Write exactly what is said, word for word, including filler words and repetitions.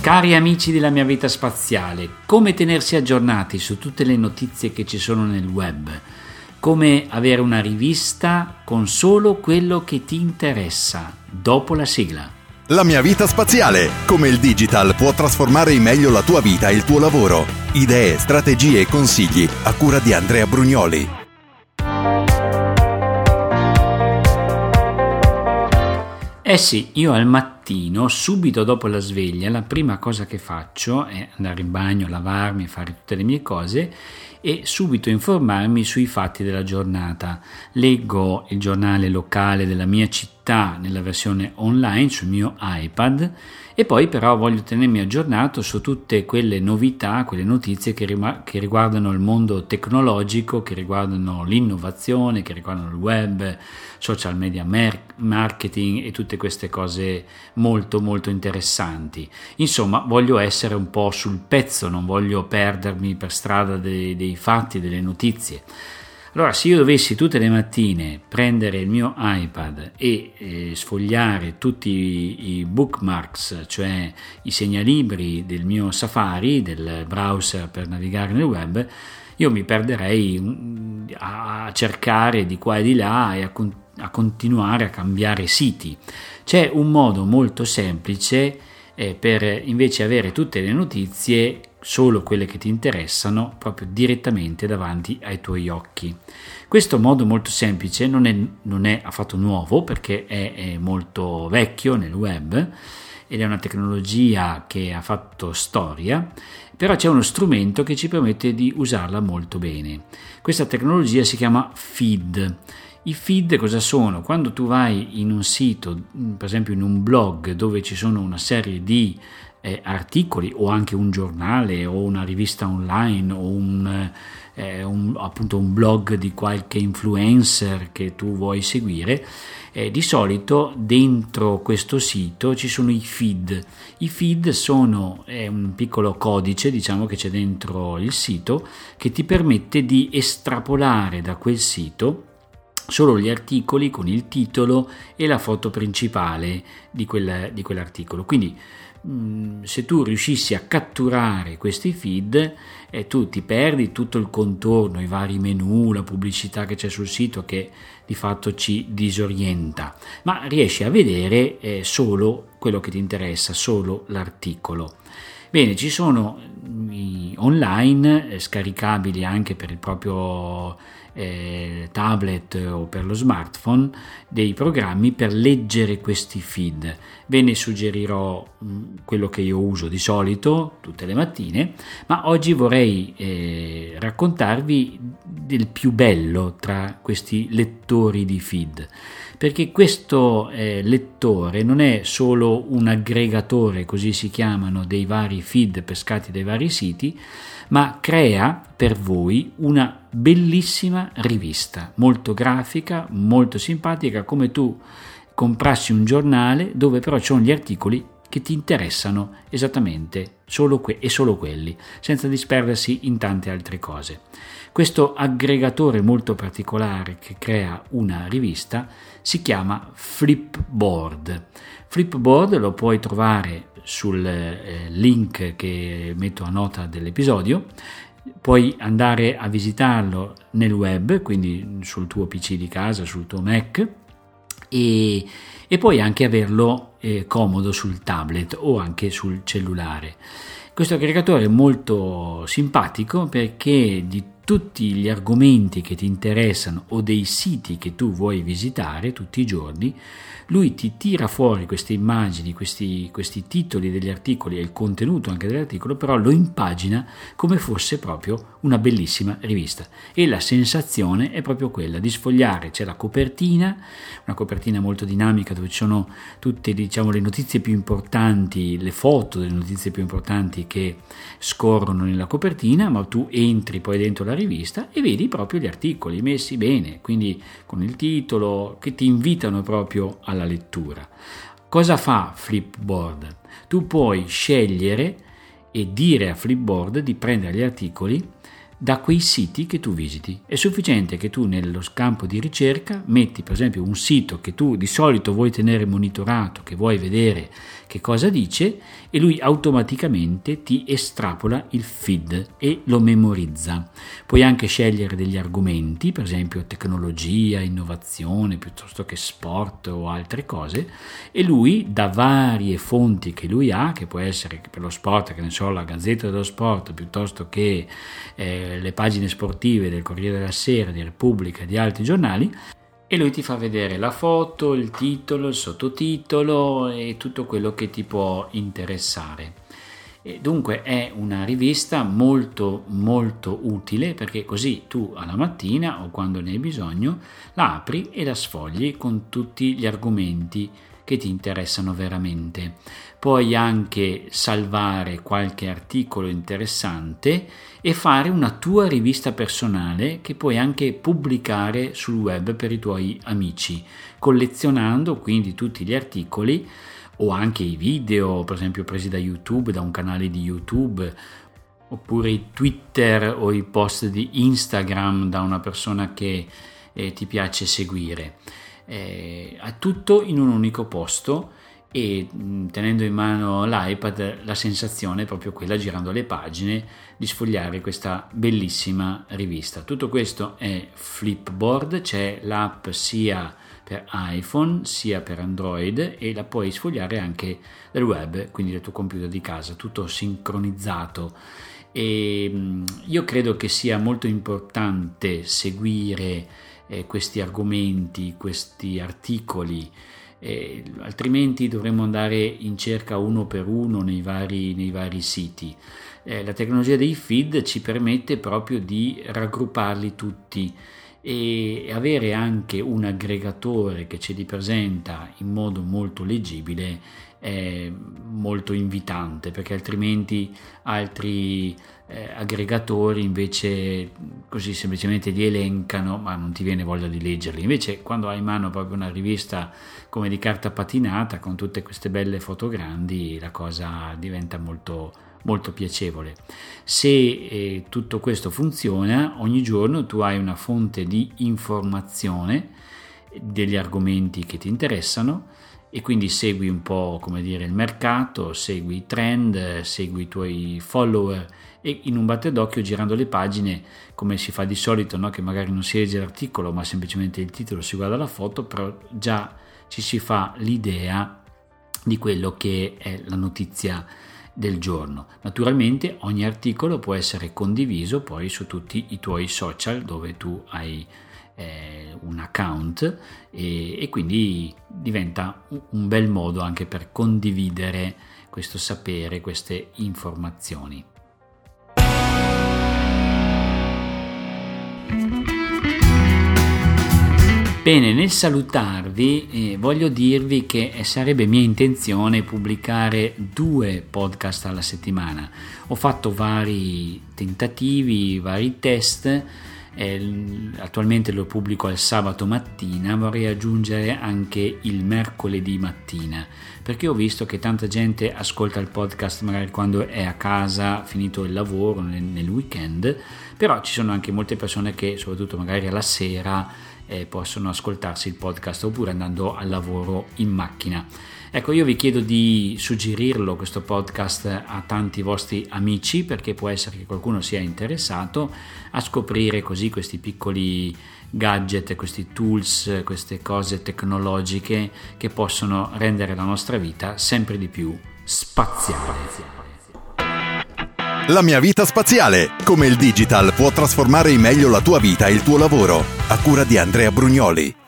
Cari amici della mia vita spaziale, come tenersi aggiornati su tutte le notizie che ci sono nel web? Come avere una rivista con solo quello che ti interessa? Dopo la sigla. La mia vita spaziale, come il digital può trasformare in meglio la tua vita e il tuo lavoro. Idee, strategie e consigli a cura di Andrea Brugnoli. Eh sì, io al mattino, subito dopo la sveglia, la prima cosa che faccio è andare in bagno, lavarmi, fare tutte le mie cose e subito informarmi sui fatti della giornata. Leggo il giornale locale della mia città nella versione online sul mio iPad e poi però voglio tenermi aggiornato su tutte quelle novità, quelle notizie che, rim- che riguardano il mondo tecnologico, che riguardano l'innovazione, che riguardano il web, social media mer- marketing e tutte queste cose molto molto interessanti. Insomma, voglio essere un po' sul pezzo, non voglio perdermi per strada dei, dei fatti, delle notizie. Allora, se io dovessi tutte le mattine prendere il mio iPad e eh, sfogliare tutti i, i bookmarks, cioè i segnalibri del mio Safari, del browser per navigare nel web, io mi perderei a cercare di qua e di là e a, con, a continuare a cambiare siti. C'è un modo molto semplice eh, per invece avere tutte le notizie, solo quelle che ti interessano, proprio direttamente davanti ai tuoi occhi. Questo modo molto semplice non è, non è affatto nuovo, perché è, è molto vecchio nel web ed è una tecnologia che ha fatto storia, però c'è uno strumento che ci permette di usarla molto bene. Questa tecnologia si chiama feed. I feed cosa sono? Quando tu vai in un sito, per esempio in un blog dove ci sono una serie di eh, articoli o anche un giornale o una rivista online o un, eh, un, appunto un blog di qualche influencer che tu vuoi seguire, eh, di solito dentro questo sito ci sono i feed. I feed sono eh, un piccolo codice, diciamo, che c'è dentro il sito che ti permette di estrapolare da quel sito solo gli articoli con il titolo e la foto principale di, quel, di quell'articolo. Quindi mh, se tu riuscissi a catturare questi feed, eh, tu ti perdi tutto il contorno, i vari menu, la pubblicità che c'è sul sito che di fatto ci disorienta, ma riesci a vedere eh, solo quello che ti interessa, solo l'articolo. Bene, ci sono i online eh, scaricabili anche per il proprio eh, tablet o per lo smartphone, dei programmi per leggere questi feed. Ve ne suggerirò mh, quello che io uso di solito tutte le mattine, ma oggi vorrei eh, raccontarvi del più bello tra questi lettori di feed, perché questo eh, lettore non è solo un aggregatore, così si chiamano, dei vari feed pescati dai vari siti, ma crea per voi una bellissima rivista, molto grafica, molto simpatica, come tu comprassi un giornale dove però ci sono gli articoli che ti interessano esattamente solo que- e solo quelli, senza disperdersi in tante altre cose. Questo aggregatore molto particolare che crea una rivista si chiama Flipboard. Flipboard lo puoi trovare sul eh, link che metto a nota dell'episodio. Puoi andare a visitarlo nel web, quindi sul tuo P C di casa, sul tuo Mac, e, e puoi anche averlo eh, comodo sul tablet o anche sul cellulare. Questo aggregatore è molto simpatico perché di tutti gli argomenti che ti interessano o dei siti che tu vuoi visitare tutti i giorni, lui ti tira fuori queste immagini, questi, questi titoli degli articoli e il contenuto anche dell'articolo, però lo impagina come fosse proprio una bellissima rivista. E la sensazione è proprio quella di sfogliare. C'è la copertina, una copertina molto dinamica dove ci sono tutte, diciamo, le notizie più importanti, le foto delle notizie più importanti che scorrono nella copertina, ma tu entri poi dentro la rivista e vedi proprio gli articoli messi bene, quindi con il titolo, che ti invitano proprio alla lettura. Cosa fa Flipboard? Tu puoi scegliere e dire a Flipboard di prendere gli articoli da quei siti che tu visiti. È sufficiente che tu nello campo di ricerca metti per esempio un sito che tu di solito vuoi tenere monitorato, che vuoi vedere che cosa dice, e lui automaticamente ti estrapola il feed e lo memorizza. Puoi anche scegliere degli argomenti, per esempio tecnologia, innovazione, piuttosto che sport o altre cose, e lui da varie fonti che lui ha, che può essere per lo sport, che ne so, la Gazzetta dello Sport, piuttosto che eh, le pagine sportive del Corriere della Sera, di Repubblica e di altri giornali, e lui ti fa vedere la foto, il titolo, il sottotitolo e tutto quello che ti può interessare. E dunque è una rivista molto molto utile, perché così tu alla mattina o quando ne hai bisogno la apri e la sfogli con tutti gli argomenti che ti interessano veramente. Puoi anche salvare qualche articolo interessante e fare una tua rivista personale che puoi anche pubblicare sul web per i tuoi amici, collezionando quindi tutti gli articoli o anche i video, per esempio presi da YouTube, da un canale di YouTube, oppure i Twitter o i post di Instagram da una persona che eh, ti piace seguire. Eh, tutto in un unico posto, e tenendo in mano l'iPad la sensazione è proprio quella, girando le pagine, di sfogliare questa bellissima rivista. Tutto questo è Flipboard, c'è l'app sia per iPhone sia per Android e la puoi sfogliare anche dal web, quindi dal tuo computer di casa, tutto sincronizzato. E io credo che sia molto importante seguire eh, questi argomenti, questi articoli, eh, altrimenti dovremmo andare in cerca uno per uno nei vari, nei vari siti. Eh, la tecnologia dei feed ci permette proprio di raggrupparli tutti e avere anche un aggregatore che ce li presenta in modo molto leggibile è molto invitante, perché altrimenti altri eh, aggregatori invece così semplicemente li elencano, ma non ti viene voglia di leggerli. Invece quando hai in mano proprio una rivista come di carta patinata con tutte queste belle foto grandi, la cosa diventa molto molto piacevole. Se eh, tutto questo funziona, ogni giorno tu hai una fonte di informazione degli argomenti che ti interessano e quindi segui un po', come dire, il mercato, segui i trend, segui i tuoi follower e in un batter d'occhio, girando le pagine, come si fa di solito, no? Che magari non si legge l'articolo ma semplicemente il titolo, si guarda la foto, però già ci si fa l'idea di quello che è la notizia del giorno. Naturalmente ogni articolo può essere condiviso poi su tutti i tuoi social dove tu hai eh, un account e, e quindi diventa un bel modo anche per condividere questo sapere, queste informazioni. Bene, nel salutarvi eh, voglio dirvi che sarebbe mia intenzione pubblicare due podcast alla settimana. Ho fatto vari tentativi, vari test, eh, attualmente lo pubblico al sabato mattina, vorrei aggiungere anche il mercoledì mattina, perché ho visto che tanta gente ascolta il podcast magari quando è a casa, finito il lavoro, nel, nel weekend, però ci sono anche molte persone che soprattutto magari alla sera Eh, possono ascoltarsi il podcast oppure andando al lavoro in macchina. Ecco, io vi chiedo di suggerirlo questo podcast a tanti vostri amici, perché può essere che qualcuno sia interessato a scoprire così questi piccoli gadget, questi tools, queste cose tecnologiche che possono rendere la nostra vita sempre di più spaziale. La mia vita spaziale. Come il digital può trasformare in meglio la tua vita e il tuo lavoro. A cura di Andrea Brugnoli.